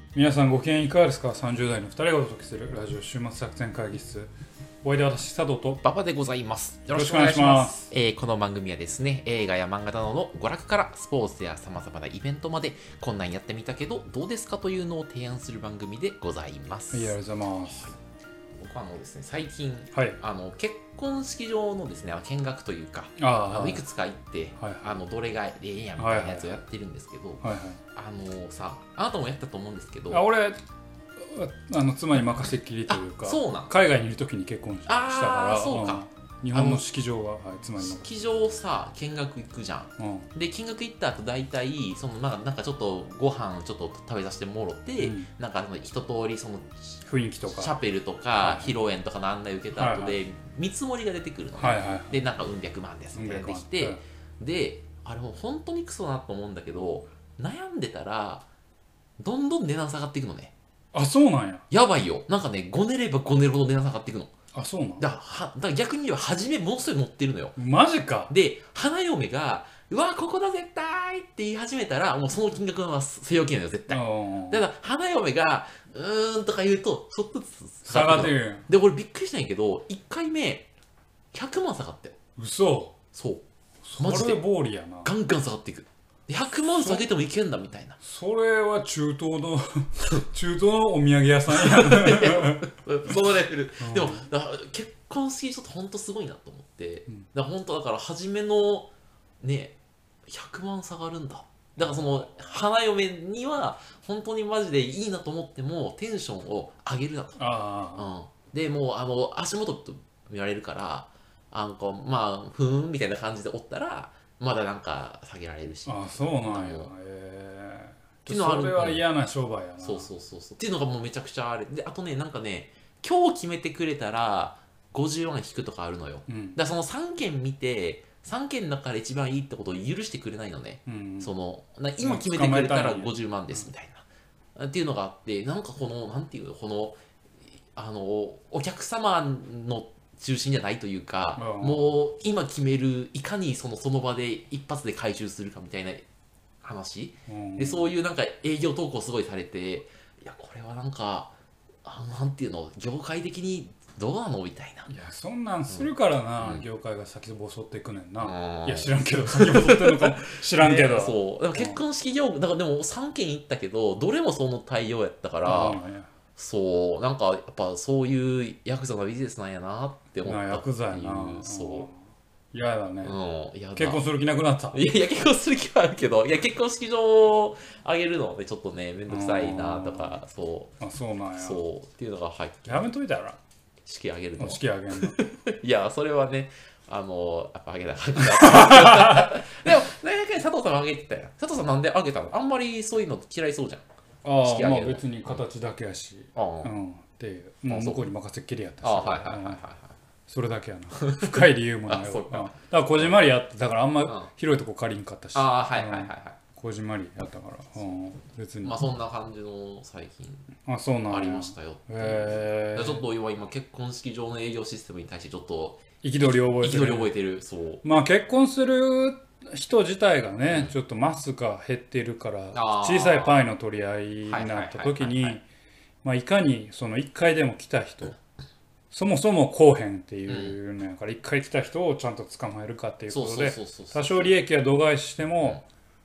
皆さんご機嫌いかがですか。30代の2人がお届けするラジオ週末作戦会議室。お相手は私佐藤と馬場でございます。 よろしくお願いします。 この番組はですね、映画や漫画などの娯楽からスポーツや様々なイベントまでこんなんやってみたけどどうですかというのを提案する番組でございます。 はい、ありがとうございます。 僕はですね、最近、 はい、 結婚式場のですね見学というかいくつか行って、どれがええやみたいなやつをやってるんですけど、あなたもやったと思うんですけど、 俺妻に任せっきりというか、海外にいる時に結婚したから、 そうか、 日本の式場は、妻に式場さ見学行くじゃん、で見学行った後大体なんかちょっとご飯ちょっと食べさせてもろて、なんか一通りその雰囲気とかチャペルとか、披露宴とかの案内を受けた後で、見積もりが出てくるのね、でなんか百万ですって出てきて、であれもう本当にクソだなと思うんだけど、悩んでたらどんどん値段下がっていくのね。 あ、そうなんや。 やばいよ。なんかね、ごねればごねるほど値段下がっていくの。 あ、そうなんだから逆に言えば初めものすごい持ってるのよ。 マジか。 で花嫁がうわここだ絶対って言い始めたらもうその金額は据え置きなのよ絶対。だから花嫁がとか言うとちょっとずつ下がってる。 で俺びっくりしたんやけど1回目100万下がって。 嘘。 そうマジで暴利やな。 ガンガン下がっていく。100万下げてもいけんだみたいな。 それは中東の中東のお土産屋さんやそのレベル、でも結婚式ちょっと本当すごいなと思って、本当だから初めのね100万下がるんだ。だからその花嫁には本当にマジでいいなと思ってもテンションを上げるなと。でもう足元と見られるからまあふーんみたいな感じでおったらまだなんか下げられるし。 あ、そうなんや。それは嫌な商売やな。 そうっていうのがもうめちゃくちゃあれで、あとねなんかね今日決めてくれたら50万引くとかあるのよ、だからその3件見て3件の中から一番いいってことを許してくれないのね、その今決めてくれたら50万ですみたいな、っていうのがあって、なんかこのなんていうの、このお客様の中心じゃないというか、もう今決めるいかにその場で一発で回収するかみたいな話、でそういうなんか営業投稿すごいされて、いやこれはなんかなんていうの業界的にどうなのみたいな。 いやそんなんするからな、業界が先細っていくねんな。いや知らんけど先細ってるのかも知らんけど、 そうでも結婚式業だからでも3件行ったけどどれもその対応やったから、そうなんかやっぱそういうヤクザのビジネスなんやなって思ったっていう。 そう嫌だね、結婚する気なくなった。 いや結婚する気はあるけど、いや結婚式場あげるのでちょっとねめんどくさいなとか、そうなんや、 そうっていうのが入ってやめといたら式あげるの。 式あげんのいやそれはねやっぱあげなかったでも何回佐藤さんあげてたやん。佐藤さんなんであげたの？あんまりそういうの嫌いそうじゃん。 まあ別に形だけやし、でもう向こうに任せっきりやったし、それだけやな。深い理由もないわ。だからこじんまりやってだからあんま広いとこ借りんかったし、こじんまりやったから、別にまあそんな感じの最近ありましたよ。ちょっと今結婚式場の営業システムに対してちょっと憤りを覚えてる。そうまあ結婚する人自体がね、ちょっとマスが減ってるから小さいパイの取り合いになった時に、いかにその1回でも来た人、そもそも来へんっていうのやから1回来た人をちゃんと捕まえるかっていうことで、多少利益は度外視しても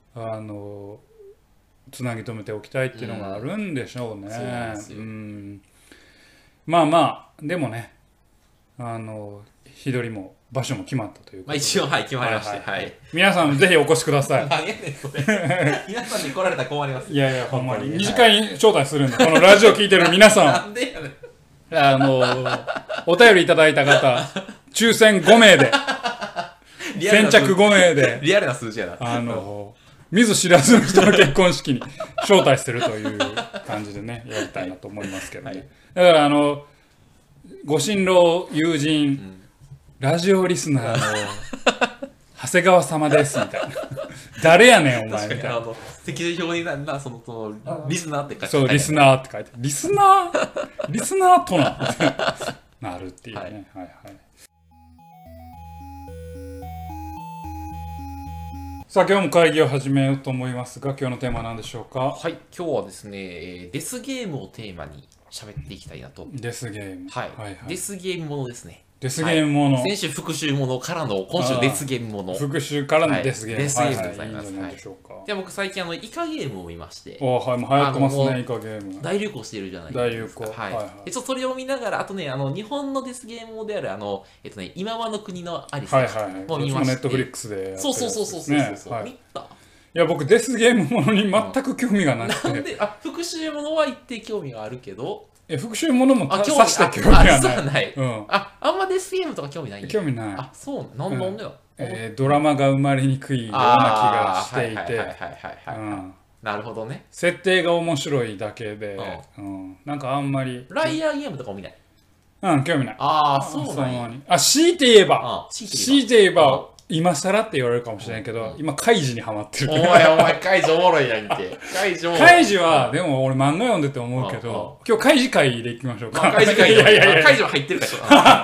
つなぎ止めておきたいっていうのがあるんでしょうね。まあでもね日取りも場所も決まったということで、 一応決まりまして、 皆さんぜひお越しください。 皆さんに来られたら困ります。 いやほんまに2次会に招待するんで、このラジオ聞いてる皆さんなんでやねん。 お便りいただいた方抽選5名で先着5名でリアルな数字やな。 見ず知らずの人の結婚式に招待するという感じでねやりたいなと思いますけどね。だからご新郎友人、ラジオリスナーの長谷川様ですみたいな誰やねんお前みたいな、 席次表にそのリスナーって書いて、 そうリスナーって書いて、リスナーとなるっていうね。 さあ今日も会議を始めようと思いますが、今日のテーマは何でしょうか？ はい、今日はですね、デスゲームをテーマに喋っていきたいなと。 デスゲーム。 はい、デスゲームものですね。 デスゲームもの。 先週復習ものからの今週デスゲームもの。 復習からのデスゲーム。 デスゲームでございます。 いいんじゃないでしょうか。 じゃあ僕最近イカゲームを見まして。 はい、もう流行ってますね、イカゲーム。 大流行してるじゃないですか。 大流行。 はい。ちょっとそれを見ながら、あとね、日本のデスゲームである、今はの国のアリスも見まして。ネットフリックスで。 そう。見た？ いや僕デスゲームものに全く興味がなくて、 なんで復習ものは一定興味があるけど復習ものもさして興味がない。 あんまデスゲームとか興味ないんや。 興味ない。 あ、そうなんでよ。 ドラマが生まれにくいような気がしていて、 なるほどね。 設定が面白いだけで、なんかあんまりライアーゲームとかも見ない。 興味ない。 ああ、そうなんや。 強いて言えば今更って言われるかもしれないけど、今カイジにハマってる。 お前カイジおもろいやんけ。カイジはでも俺漫画読んでて思うけど、今日カイジ会でいきましょうか。 カイジ会。カイジは入ってるから。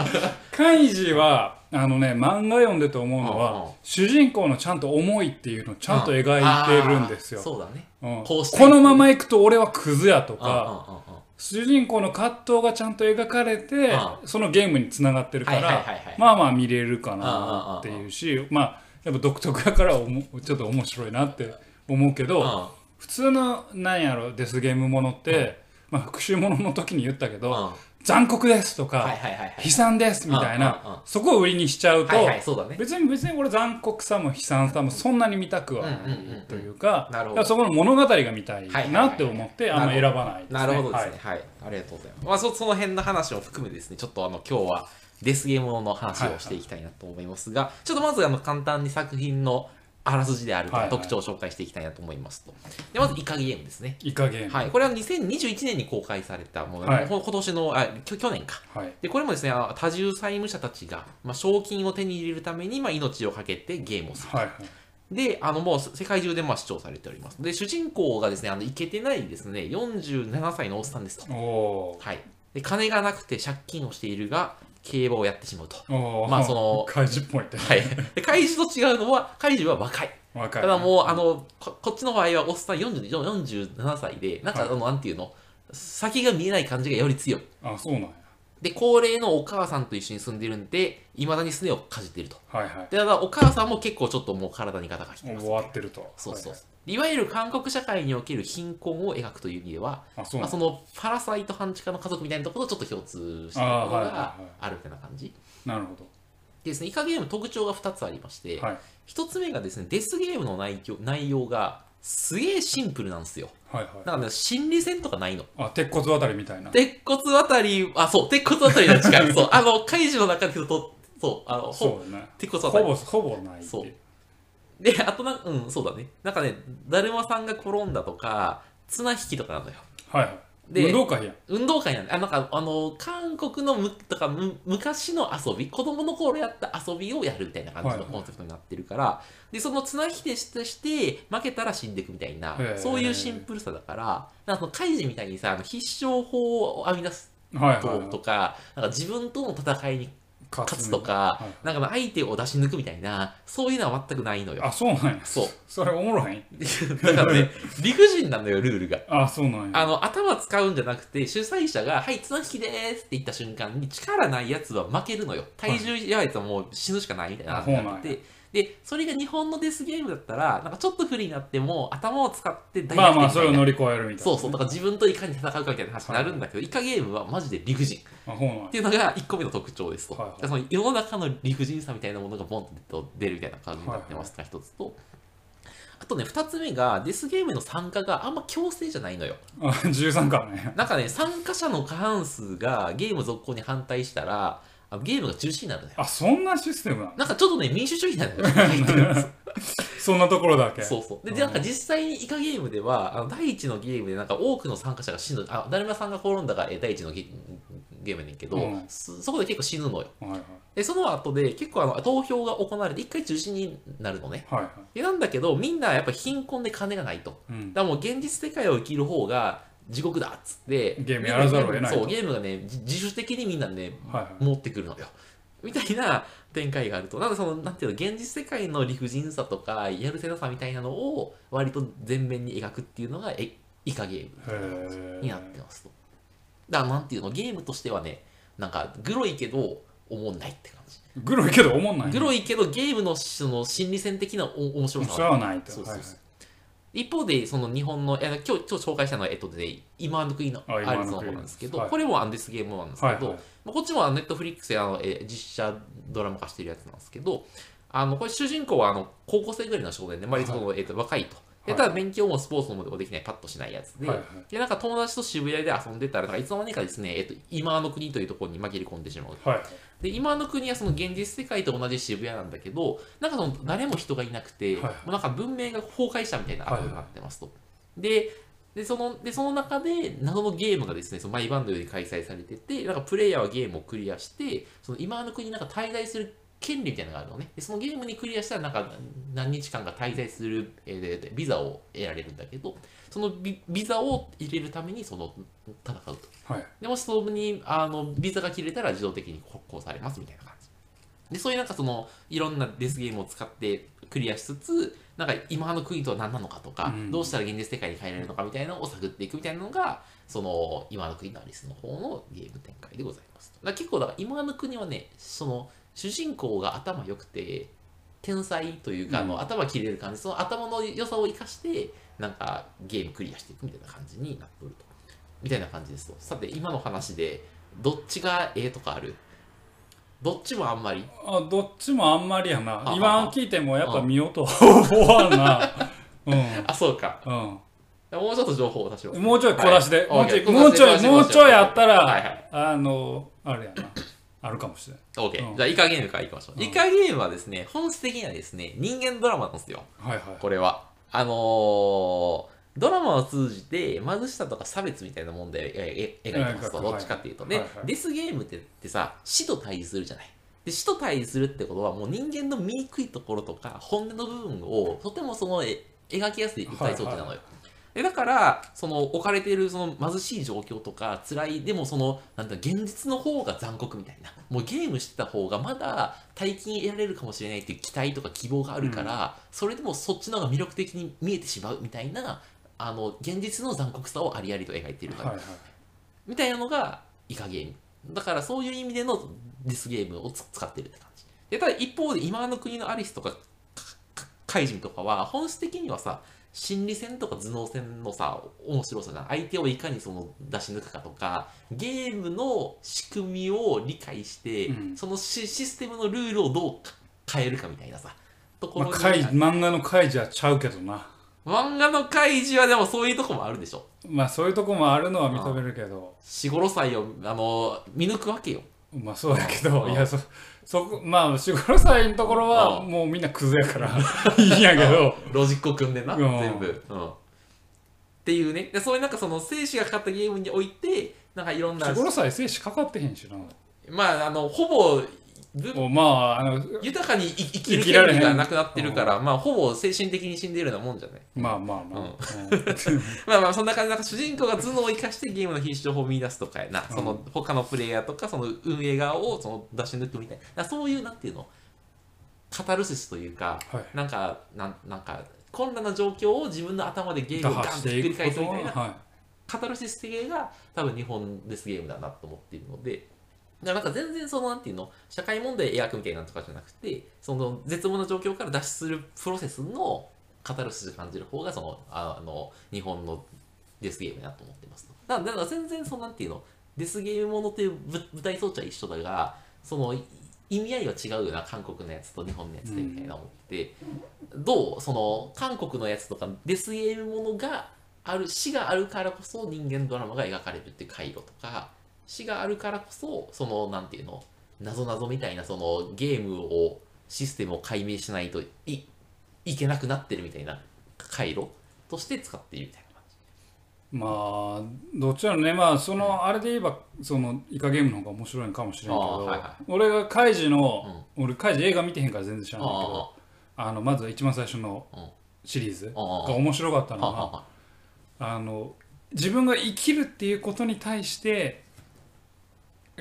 カイジは漫画読んでて思うのは、主人公のちゃんと思いっていうのをちゃんと描いてるんですよ。 そうだね。 このままいくと俺はクズやとか、主人公の葛藤がちゃんと描かれて、そのゲームにつながってるから、まあ見れるかなっていうし、やっぱ独特やからちょっと面白いなって思うけど、普通のデスゲームものって、復讐ものの時に言ったけど、残酷ですとか悲惨ですみたいな、そこを売りにしちゃうと、別に俺残酷さも悲惨さもそんなに見たくはないというか、そこの物語が見たいなって思ってあんま選ばないですね。 なるほどですね。はい、ありがとうございます。その辺の話も含めですね、ちょっと今日はデスゲームの話をしていきたいなと思いますが、ちょっとまず簡単に作品のあらすじであるとか特徴を紹介していきたいなと思いますと。でまずイカゲームですね。 イカゲーム。 はい。これは2021年に公開されたもので、今年の去年か。でこれもですね、多重債務者たちが賞金を手に入れるために命を懸けてゲームをする。で、もう世界中で視聴されております。で、主人公がですね、イケてないですね、47歳のおっさんですと。はい。で、金がなくて借金をしているが、競馬をやってしまうと。 カイジっぽいって。 はい。で、カイジと違うのは、カイジは若い。ただもう、こっちの場合はおっさん47歳で、なんていうの、先が見えない感じがより強い。 あ、そうなんや。 で、高齢のお母さんと一緒に住んでるんで、いまだにすねをかじっていると。で、ただお母さんも結構ちょっともう体にガタがきてます。 終わってると。 そう。いわゆる韓国社会における貧困を描くという意味では、そのパラサイト半地下の家族みたいなところとちょっと共通したところがあるみたいな感じ。 なるほど。 でですね、イカゲーム特徴が2つありまして、1つ目がですね、デスゲームの内容がすげえシンプルなんですよ。なんかね、心理戦とかないの。 鉄骨渡りみたいな。 鉄骨渡り、そう、鉄骨渡りが近い。そう、怪獣の中で言うと、そう、鉄骨渡り。 ほぼない。 そう。で、あとそうだね。なんかね、だるまさんが転んだとか、綱引きとかなのよ。 で、運動会やん。 運動会なんで、韓国の昔の遊び、子供の頃やった遊びをやるみたいな感じのコンセプトになってるから、で、その綱引きとして、負けたら死んでいくみたいな、そういうシンプルさだから、カイジみたいにさ、必勝法を編み出すとか、自分との戦いに勝つとか、相手を出し抜くみたいな、そういうのは全くないのよ。 あ、そうなんや。 そう。 それおもろい。 だからね、理不尽なのよ、ルールが。 あ、そうなんや。 頭使うんじゃなくて、主催者が、はい、綱引きでーすって言った瞬間に、力ないやつは負けるのよ。体重やばいやつはもう死ぬしかないみたいな感じで。で、それが日本のデスゲームだったら、ちょっと不利になっても、頭を使って大逆転それを乗り越えるみたいな。 そう、だから自分といかに戦うかみたいな話になるんだけど、イカゲームはマジで理不尽。っていうのが1個目の特徴ですと。その世の中の理不尽さみたいなものがボンと出るみたいな感じになってますが、1つと。あとね、2つ目が、デスゲームの参加があんま強制じゃないのよ。 自由参加ね。 参加者の過半数がゲーム続行に反対したら、ゲームが中止になるのよ。 あ、そんなシステムちょっとね、民主主義なんだよ。 そんなところだけ。 そう。で、実際にイカゲームでは、第一のゲームで多くの参加者が死ぬ。だるまさんが転んだが第一のゲームやねんけど、そこで結構死ぬのよ。で、その後で結構投票が行われて、一回中止になるのね。なんだけど、みんなやっぱ貧困で金がないと。だからもう現実世界を生きる方が、地獄だっつってゲームやらざるを得ないそうゲームがね自主的にみんなね持ってくるのよ。 みたいな展開があると、なんかその、なんていうの、現実世界の理不尽さとか、やるせなさみたいなのを割と前面に描くっていうのがイカゲームになってますと。だからなんていうの、ゲームとしてはね、なんかグロいけど、おもんないって感じ。 グロいけどおもんない、 グロいけどゲームのその心理戦的な面白さはないと。 そうそうそう。一方で、その日本の、今日紹介したのは、今の国のアリスの方なんですけど、これもアンデスゲームなんですけど、こっちもネットフリックスで実写ドラマ化してるやつなんですけど、これ主人公は高校生ぐらいの少年で、割と若いと。ただ勉強もスポーツもできない、パッとしないやつで、で、なんか友達と渋谷で遊んでたら、いつの間にかですね、今の国というところに紛れ込んでしまう。で、今の国はその現実世界と同じ渋谷なんだけど、なんかその誰も人がいなくて、もうなんか文明が崩壊したみたいなことになってますと。その中で謎のゲームがですね、その毎晩のように開催されてて、なんかプレイヤーはゲームをクリアして、その今の国になんか滞在する権利みたいなのがあるのね。でそのゲームにクリアしたらなんか何日間か滞在する、ビザを得られるんだけど、そのビザを入れるために戦うと。でもしそこにビザが切れたら自動的に発行されますみたいな感じ。で、そういうなんかいろんなデスゲームを使ってクリアしつつ、なんか今の国とは何なのかとか、どうしたら現実世界に変えられるのかみたいなのを探っていくみたいなのが、今の国のアリスの方のゲーム展開でございます。結構だから今の国はね、主人公が頭良くて、天才というか、頭切れる感じ、その頭の良さを生かして、なんかゲームクリアしていくみたいな感じになっておると。みたいな感じですと。さて、今の話で、どっちがとかある？どっちもあんまり？ どっちもあんまりやな。今聞いてもやっぱ見ようと思わんな。 あ、そうか。もうちょっと情報を出します。 もうちょい小出しで。もうちょいあったら、あれやな。あるかもしれない。 OK。じゃあ、イカゲームからいきましょう。イカゲームはですね、本質的にはですね、人間ドラマなんですよ。これは。ドラマを通じて貧しさとか差別みたいな問題を描いてますと、どっちかっていうとね、デスゲームってさ、死と対峙するじゃない。で、死と対峙するってことは、もう人間の醜いところとか、本音の部分をとても描きやすい舞台装置なのよ。だから、置かれている貧しい状況とか、辛い、でもなんだ、現実の方が残酷みたいな。もうゲームしてた方がまだ大金得られるかもしれないっていう期待とか希望があるから、それでもそっちの方が魅力的に見えてしまうみたいな、現実の残酷さをありありと描いているから、みたいなのがイカゲーム。だからそういう意味でのデスゲームを使ってるって感じ。で、ただ一方で今の国のアリスとかカイジンとかは本質的にはさ、心理戦とか頭脳戦のさ、面白さじゃん。相手をいかに出し抜くかとか、ゲームの仕組みを理解して、そのシステムのルールをどう変えるかみたいなさ、ところに。 漫画のカイジはちゃうけどな。 漫画のカイジはでもそういうとこもあるでしょ。 そういうとこもあるのは認めるけど。 4、5歳を見抜くわけよ。 そうだけど、いや、4、5歳のところはもうみんなクズやからいいんやけど。 ロジックを組んでな、全部。っていうね。そういうなんか生死がかかったゲームにおいて、なんかいろんな。 4、5歳生死かかってへんしな。 ほぼ、豊かに生きる権利がなくなってるから、ほぼ精神的に死んでいるようなもんじゃない。そんな感じで、なんか主人公が頭脳を生かしてゲームの必勝法を見出すとかやな、他のプレイヤーとか、運営側を出し抜くみたいな、そういう、なんていうの、カタルシスというか、なんか、困難な状況を自分の頭でゲームをガンとひっくり返すみたいな、カタルシス的が多分日本デスゲームだなと思っているので、なんか全然なんていうの、社会問題描くみたいなとかじゃなくて、絶望な状況から脱出するプロセスのカタルシスを感じる方が、日本のデスゲームだなと思ってますと。だから全然なんていうの、デスゲームものという舞台装置は一緒だが、意味合いは違うよな、韓国のやつと日本のやつでみたいな思ってて、どう韓国のやつとかデスゲームものがある、死があるからこそ人間ドラマが描かれるっていう回路とか、死があるからこそ、なんていうの、謎々みたいな、ゲームを、システムを解明しないといけなくなってるみたいな回路として使っているみたいな感じ。どっちやろね。あれで言えば、イカゲームの方が面白いのかもしれんけど、俺がカイジ俺カイジ映画見てへんから全然知らないけど、まず一番最初のシリーズが面白かったのは、自分が生きるっていうことに対して、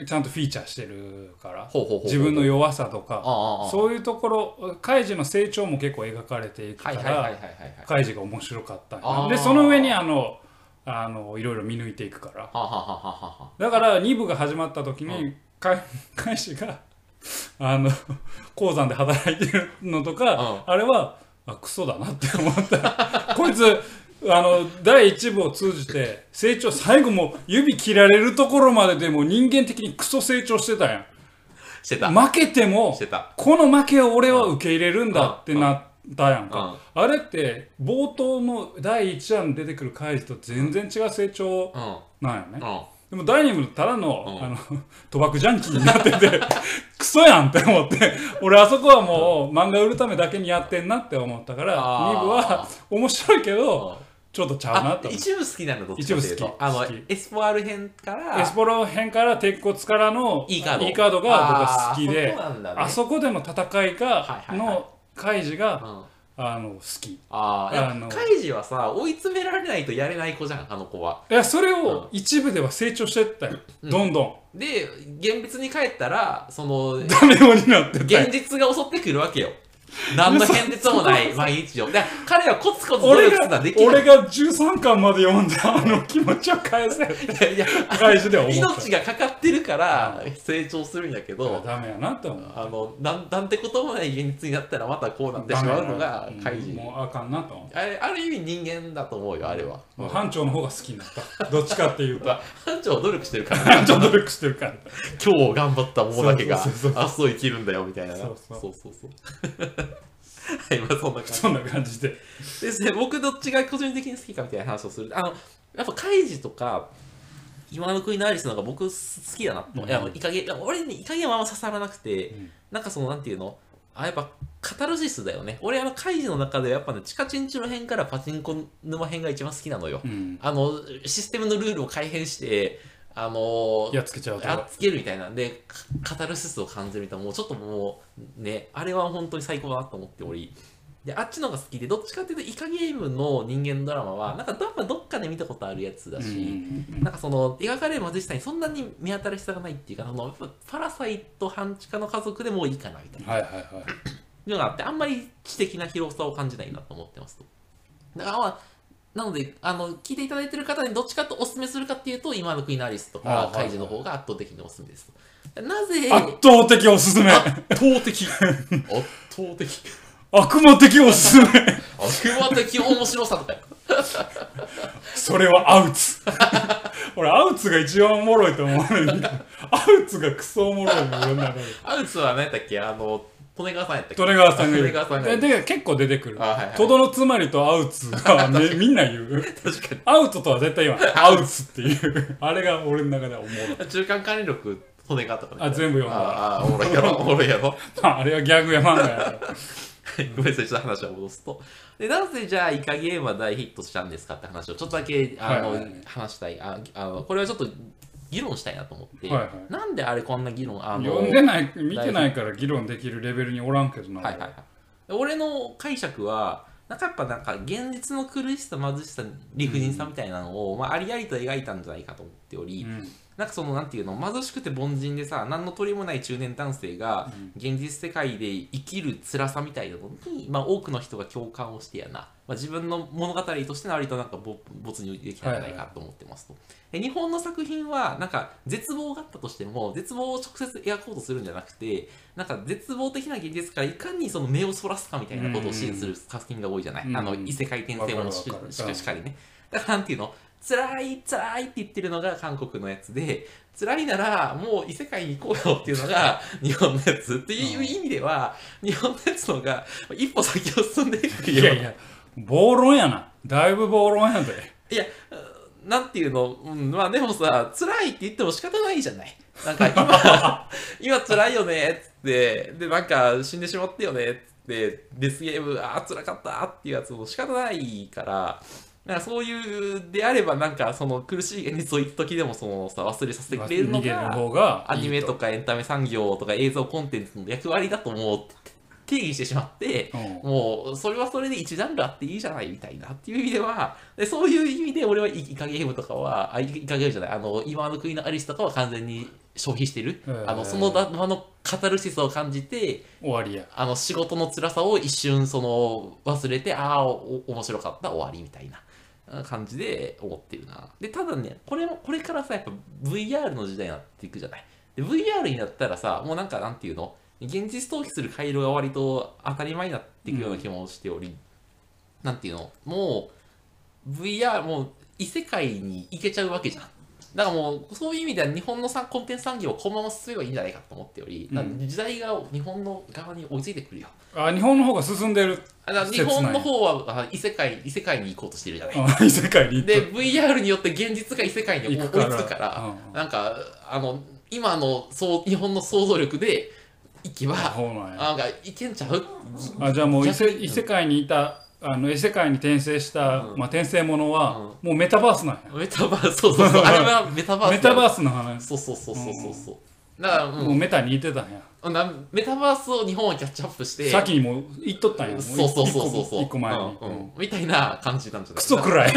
ちゃんとフィーチャーしてるからほうほうほうほう自分の弱さとかああそういうところカイジの成長も結構描かれていくからカイジが面白かったんやでその上にいろいろ見抜いていくからだから2部が始まった時にカイジが鉱山で働いてるのとかあれはクソだなって思ったこいつ第1部を通じて成長最後もう指切られるところまででも人間的にクソ成長してたやんしてた負けてもこの負けを俺は受け入れるんだってなったやんかあれって冒頭の第1話に出てくるカイジと全然違う成長なんよねでも第2部ただの賭博ジャンキーになっててクソやんって思って俺あそこはもう漫画売るためだけにやってんなって思ったから2部は面白いけどちょっとちゃうなと一部好きなのどっちかっていうとエスポアル編から鉄骨からの E カードが僕は好きであそこでの戦いがのカイジが好きカイジはさ追い詰められないとやれない子じゃんあの子はいやそれを一部では成長してったよどんどんで現実に帰ったらそのダメようになってた現実が襲ってくるわけよ何の現実もない毎日をで彼はコツコツ努力するのはできない俺が13巻まで読んだ気持ちを返せってカイジでは思った命がかかってるから成長するんだけどダメやなって思うなんてこともない現実になったらまたこうなってしまうのがカイジもうあかんなと思うある意味人間だと思うよあれは班長の方が好きになったどっちかっていうと班長は努力してるから班長努力してるから今日頑張ったものだけが明日を生きるんだよみたいなそうはい、まあそんな感じでですね、僕どっちが個人的に好きかみたいな話をするやっぱカイジとか今の国のアリスの方が僕好きだなと、いや俺にイカゲはあんま刺さらなくて、なんかそのなんていうのやっぱカタルシスだよね俺カイジの中でやっぱねチカチンチロ編からパチンコ沼編が一番好きなのよ、システムのルールを改変してやっつけちゃうとやっつけるみたいなんでカタルシスを感じるみたいなもうちょっともうねあれは本当に最高だなと思っておりであっちの方が好きでどっちかっていうとイカゲームの人間ドラマはなんかどっかで見たことあるやつだし、なんかその描かれる貧しさにそんなに見当たる必要がないっていうかパラサイト半地下の家族でもいいかなみたいないうのがあってあんまり知的な広さを感じないなと思ってますとだからなので聞いていただいている方にどっちかとお勧めするかっていうと今のクイーンアリスとかカイジの方が圧倒的にお勧めですなぜ圧倒的おすすめ圧倒的悪魔的おすすめ悪魔的面白さとかそれはアウツ俺アウツが一番おもろいと思うのにアウツがクソおもろいの世の中でアウツは何やったっけ利根川さんやったっけ利根川さんが言うで結構出てくるトドのつまりとアウツがみんな言う確かにアウトとは絶対言わないアウツっていうあれが俺の中ではおもろい中間管理力利根川とか全部読んだおもろいやろおもろいやろあれはギャグや漫画やごめんなさい、ちょっと話を戻すと。でなぜじゃあイカゲームは大ヒットしたんですかって話をちょっとだけ話したいこれはちょっと議論したいなと思って、なんであれこんな議論読んでない見てないから議論できるレベルにおらんけどな、 俺の解釈はなんか現実の苦しさ貧しさ理不尽さみたいなのを、ありありと描いたんじゃないかと思っており、なんかそのなんていうの貧しくて凡人でさ何の取りもない中年男性が現実世界で生きる辛さみたいなのに、多くの人が共感をしてやな、自分の物語としての割となんか没入できたんじゃないかと思ってますと、日本の作品はなんか絶望があったとしても絶望を直接描こうとするんじゃなくてなんか絶望的な現実からいかにその目をそらすかみたいなことを支援する作品が多いじゃない、異世界転生もしかりねだからなんていうの辛いって言ってるのが韓国のやつで辛いならもう異世界に行こうよっていうのが日本のやつっていう意味では日本のやつの方が一歩先を進んでいくよ。 いや暴論やなだいぶ暴論やで。 いやなんていうの、でもさ辛いって言っても仕方ないじゃない。なんか今辛いよねっつってでなんか死んでしまってよねっつってデスゲーム辛かったっていうやつも仕方ないから。なんかそういうであればなんかその苦しい現実をいつ時でもそのさ忘れさせてくれるのがアニメとかエンタメ産業とか映像コンテンツの役割だと思う定義してしまって、もうそれはそれで一ジャンルあっていいじゃないみたいなっていう意味ではそういう意味で俺はイカゲームとかはイカゲームじゃない今の国のアリスとかは完全に消費してる、その場のカタルシスを感じて終わりや。 仕事の辛さを一瞬忘れて、ああ面白かった終わりみたいな感じで思ってるな。でただね、これからさやっぱ VR の時代になっていくじゃない。で VR になったらさ、もうなんていうの、現実逃避する回路が割と当たり前になっていくような気もしており、なんていうの、もう VR もう異世界に行けちゃうわけじゃん。だからもうそういう意味では日本のコンテンツ産業をこのまま進めばいいんじゃないかと思っており、時代が日本の側に追いついてくるよ。 日本の方が進んでる。 日本の方は異世界に行こうとしてるじゃない。 異世界に行って。 で VR によって現実が異世界に追いつくから、なんか今の日本の想像力で行けばなんかいけんちゃう。 じゃあもう異世界にいた異世界に転生した、転生ものは、もうメタバースなんや。 メタバース、そうそうそう、あれはメタバース。 メタバースの話。 そう。だからもうメタにいてたんや。 メタバースを日本はキャッチアップして。 先にもう行っとったんや。 そう。 一個前に。 みたいな感じなんじゃない。 クソくらい。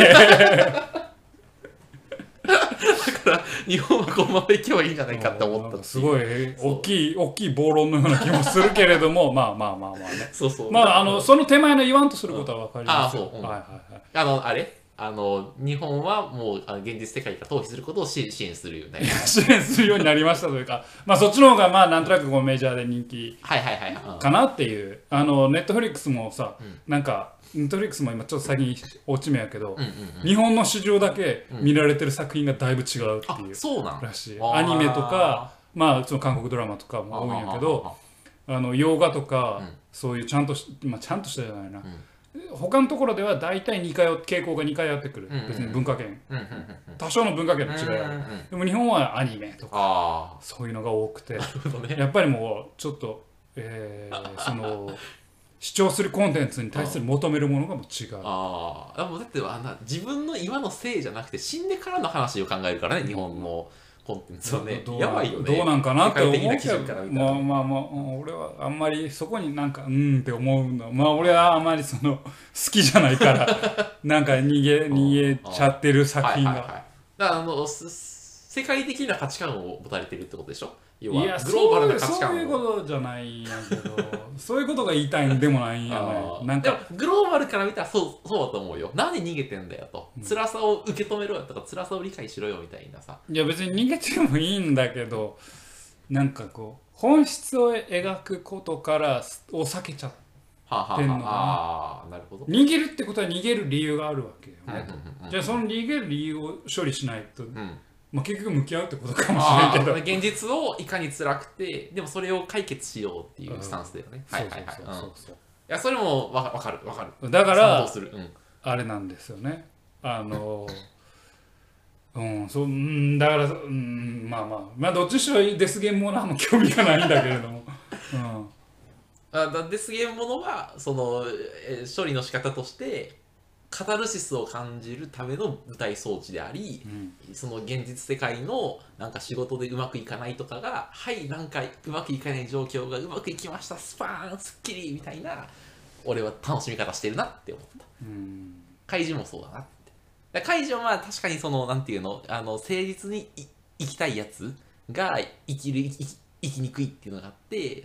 だから日本はこのまま行けばいいんじゃないかって思った。 すごい大きい暴論のような気もするけれども、まあね。 そう。 その手前の言わんとすることは分かります。 あれ日本はもう現実世界から逃避することを支援するよね。 支援するようになりましたというか、そっちの方がなんとなくメジャーで人気かなっていう。ネットフリックスもさ、なんかネットフリックスも今ちょっと先に落ち目やけど、日本の市場だけ見られてる作品がだいぶ違うっていうらしい。アニメとかその韓国ドラマとかも多いんやけど、洋画とかそういうちゃんとしたじゃないな、他のところでは大体傾向が2回やってくる。別に文化圏多少の文化圏の違いある。でも日本はアニメとかそういうのが多くて、やっぱりもうちょっとその主張するコンテンツに対する求めるものがもう違う。 もうだって自分の今のせいじゃなくて死んでからの話を考えるからね、日本のコンテンツはね。やばいよね。 どうなんかなって思うけど、俺はあんまりそこになんかって思うの。俺はあんまり好きじゃないからなんか逃げちゃってる作品が。 だから世界的な価値観を持たれてるってことでしょ。 いや、グローバルな価値観。そういうことじゃないんやけどそういうことが言いたいんでもないんやね。なんかでもグローバルから見たらそうだと思うよ。なんで逃げてんだよと、辛さを受け止めろよとか辛さを理解しろよみたいなさ。 いや別に逃げてもいいんだけど、なんか本質を描くことからを避けちゃってんのかな。 なるほど。 逃げるってことは逃げる理由があるわけよね。じゃあその逃げる理由を処理しないと、結局向き合うってことかもしれんけど、 現実をいかに辛くてでもそれを解決しようっていうスタンスだよね。いやそれも分かるだからあれなんですよね。だからどっちにしろデスゲームものはもう興味がないんだけれどもデスゲームものは処理の仕方としてカタルシスを感じるための舞台装置であり、その現実世界のなんか仕事でうまくいかないとかが、なんかうまくいかない状況がうまくいきました、スパーンスッキリみたいな、俺は楽しみ方してるなって思った。怪獣もそうだなって。怪獣は確かになんていうの、誠実に生きたいやつが生きにくいっていうのがあって、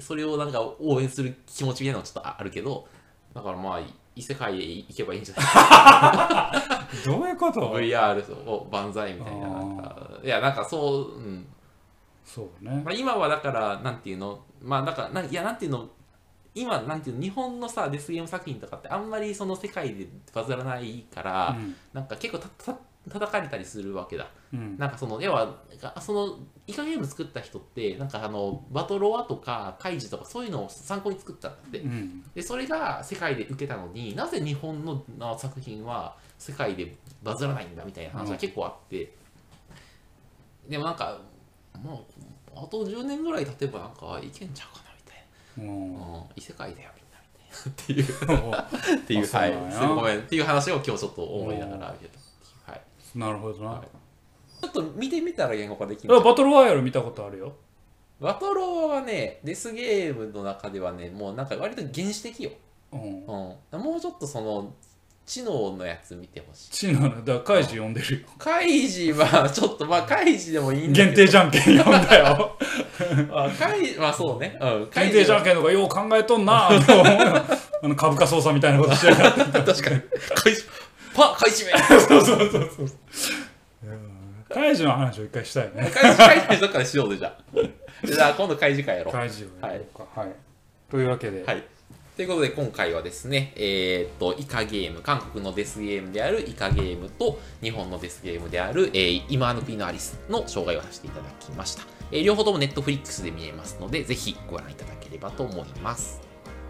それをなんか応援する気持ちみたいなのはちょっとあるけど、だから異世界へ行けばいいんじゃないかどういうこと？ VR を万歳みたいな。いやなんかそう、 そうね。 今はだからなんていうの、だからなんていうの、今なんていうの、日本のさデスゲーム作品とかってあんまりその世界でバズらないから、なんか結構叩かれたりするわけだ。なんか要はイカゲーム作った人ってなんかバトロワとかカイジとかそういうのを参考に作ったんだって、でそれが世界で受けたのになぜ日本の作品は世界でバズらないんだみたいな話が結構あって、でもなんかもうあと10年ぐらい経てばなんかいけんちゃうかなみたいな、異世界だよみんなみたいなっていうごめんっていう話を今日ちょっと思いながら見てた。 なるほどな。 ちょっと見てみたら言語化できる。 バトルワイヤル見たことあるよ。 バトロワはね、デスゲームの中ではね、もうなんか割と原始的よ。もうちょっと知能のやつ見てほしい。 知能の、だからカイジ読んでるよ。 カイジはちょっとまあカイジでもいいんだけど。 限定じゃんけん読んだよ。 まあそうね。 限定じゃんけんとかよう考えとんなって思うよ。株価操作みたいなことしてるから。 確かに。買い占め。 そうそうそうそう。カイジの話を一回したいね。 カイジどっかでしようでじゃあ今度カイジ会やろう。 カイジをやろうか。はい。というわけで。 はい。ということで今回はですね、イカゲーム、韓国のデスゲームであるイカゲームと日本のデスゲームである、今の国のアリスの紹介をさせていただきました。両方ともネットフリックスで見えますので、ぜひご覧いただければと思います。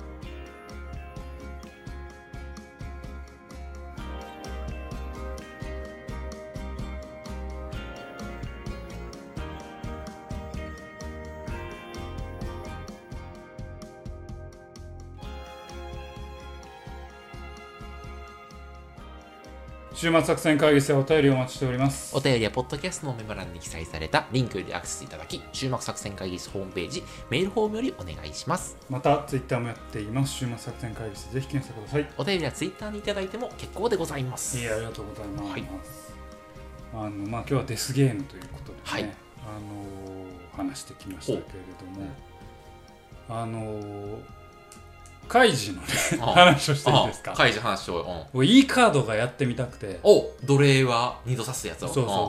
週末作戦会議室でお便りをお待ちしております。 お便りはポッドキャストのメモ欄に記載されたリンクよりアクセスいただき、週末作戦会議室ホームページ、メールフォームよりお願いします。 また、ツイッターもやっています。週末作戦会議室、ぜひ検索ください。 お便りはツイッターにいただいても結構でございます。 ありがとうございます。 はい、 今日はデスゲームということでね、 はい、 話してきましたけれども、カイジのね話をしていいですか。 カイジ話をいいカードがやってみたくて、 奴隷は2度刺すやつを。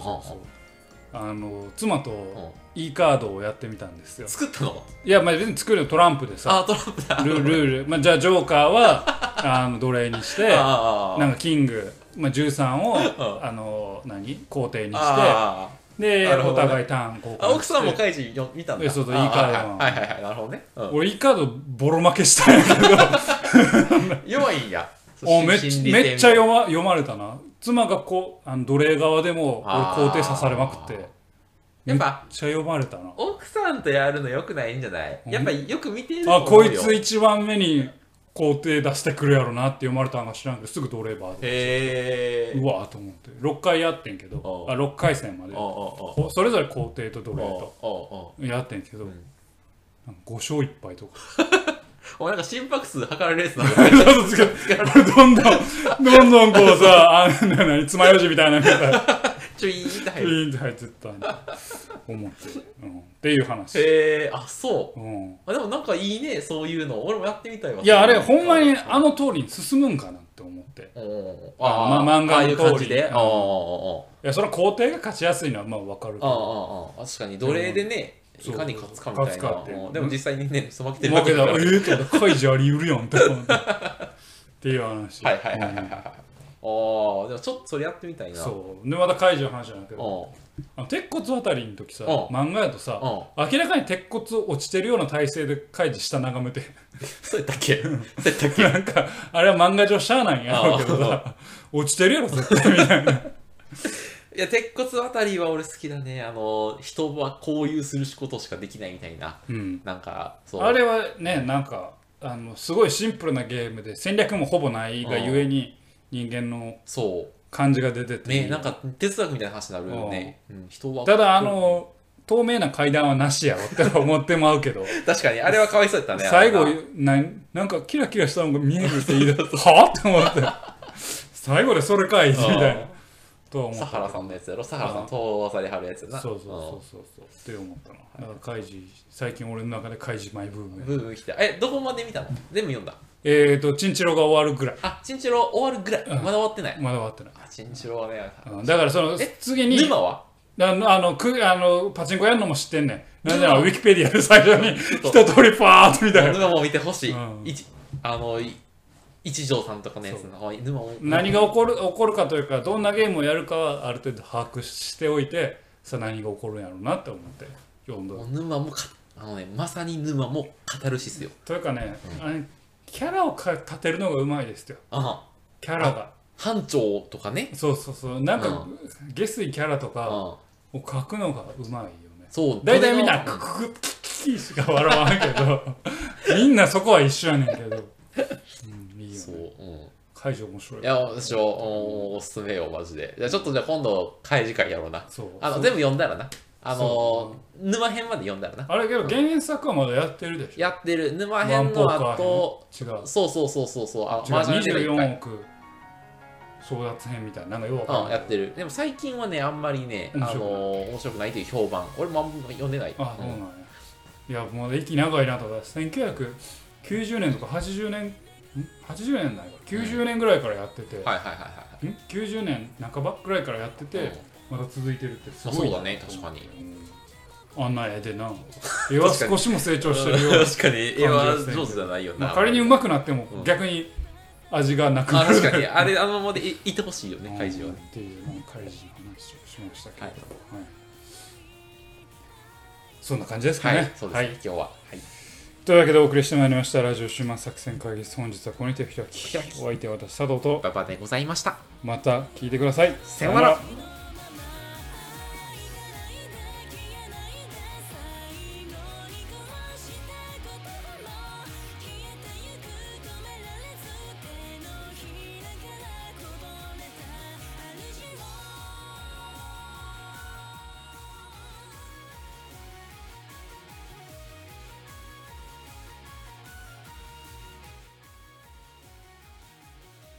そう妻といいカードをやってみたんですよ。 作ったの？ いや、まあ別に作るのトランプでさ、 トランプだ。 ルール、まあ、じゃあジョーカーは奴隷にしてなんかキング、まあ、13を皇帝にしてで、お互いターン交換して。 奥さんもカイジ見たんだ。 そうそう、いいカードは。 はいはいはい、なるほどね。 俺いいカードボロ負けしたんやけど弱いんや。 めっちゃ読まれたな。妻が奴隷側でも俺皇帝刺されまくってめっちゃ読まれたな。 奥さんとやるのよくないんじゃない？やっぱよく見てる。 こいつ一番目に皇帝出してくるやろなって読まれたんか知らんけど、すぐ奴隷バーでうわーと思って6回やってんけど、6回戦までそれぞれ皇帝と奴隷とやってんけど、なんか5勝1敗とかお前なんか心拍数測られるやつなんだどんどんこうさ、爪楊枝みたいなのがチュイーンって入ってったんだ思って、っていう話。 そう、でもなんかいいね、そういうの俺もやってみたいわ。 いや、あれほんまにあの通りに進むんかなって思って、漫画の通りで。いや、それは皇帝が勝ちやすいのはまあ分かるけど、 確かに奴隷でね、いかに勝つかみたいな。でも実際にね、負けてるわけだ。カイジあり得るやんって思ってっていう話。 はいはいはいはいはい。でもちょっとそれやってみたいな。 そうで、またカイジの話なんだけど、鉄骨渡りの時さ、漫画やとさ、明らかに鉄骨落ちてるような体勢でカイジ下眺めてそうやったっけなんかあれは漫画上しゃあないんやろうけどさ、落ちてるやろ絶対みたいな。 いや、鉄骨渡りは俺好きだね。人はこういうすることしかできないみたいな。なんか、そう。あれはね、なんか、すごいシンプルなゲームで、戦略もほぼないがゆえに、人間の感じが出てて。 ね、なんか哲学みたいな話になるよね。人は。 ただ、透明な階段はなしやろって思ってまうけど。 確かに、あれはかわいそうやったね。 最後、なんかキラキラしたのが見えるって言い出す。はぁって思って。最後でそれかいみたいな。 サハラさんのやつやろ。サハラさん通されはるやつやな。 そうって思ったな。だからカイジ、最近俺の中でカイジマイブーム。 ブーム来て。どこまで見たの？全部読んだ？ チンチロが終わるぐらい。 チンチロ終わるぐらい。まだ終わってない。 まだ終わってない。 チンチロはね。 だからその次に。 沼は？ パチンコやるのも知ってんねん。なんでウィキペディアで最初に一通りパーッとみたいな。 沼も見てほしい。一条さんとかのやつの何が起こるかというか、どんなゲームをやるかはある程度把握しておいて、さあ何が起こるんやろうなって思って読んだ。 沼もまさに沼もカタルシスよ。 というかね、キャラを立てるのがうまいですよ。キャラが班長とかね。 そうなんか下水キャラとかを描くのがうまいよね。 そう大体みんなクククキキしか笑わんけどみんなそこは一緒やねんけど、いいよね。カイジ面白い。 いや、私はおすすめよマジで。じゃあちょっと今度カイジ会やろうな。全部読んだらな。沼編まで読んだらな。 あれけど原作はまだやってるでしょ。 やってる。沼編の後、 違う。 そう。 24億争奪編みたいな、なんかようわかんないやってる。でも最近はね、あんまりね、面白くないという評判。俺もあんま読んでない。 そうなんや。いや、もう息長いなとか、1990年とか80年、80年ないか、90年ぐらいからやってて、90年半ばぐらいからやってて、まだ続いてるってすごい。 そうだね、確かに。 あんな絵でな。絵は少しも成長してるような。 確かに、絵は上手じゃないよな。 仮に上手くなっても、逆に味がなくなる。 確かに、あのままでいてほしいよね、怪獣はね。 っていう怪獣の話をしましたけど。そんな感じですかね。 そうですね、今日は。 というわけでお送りしてまいりましたラジオ終末作戦会議室、本日はここにて開き、お相手は私佐藤と馬場でございました。 また聞いてください。 さようなら。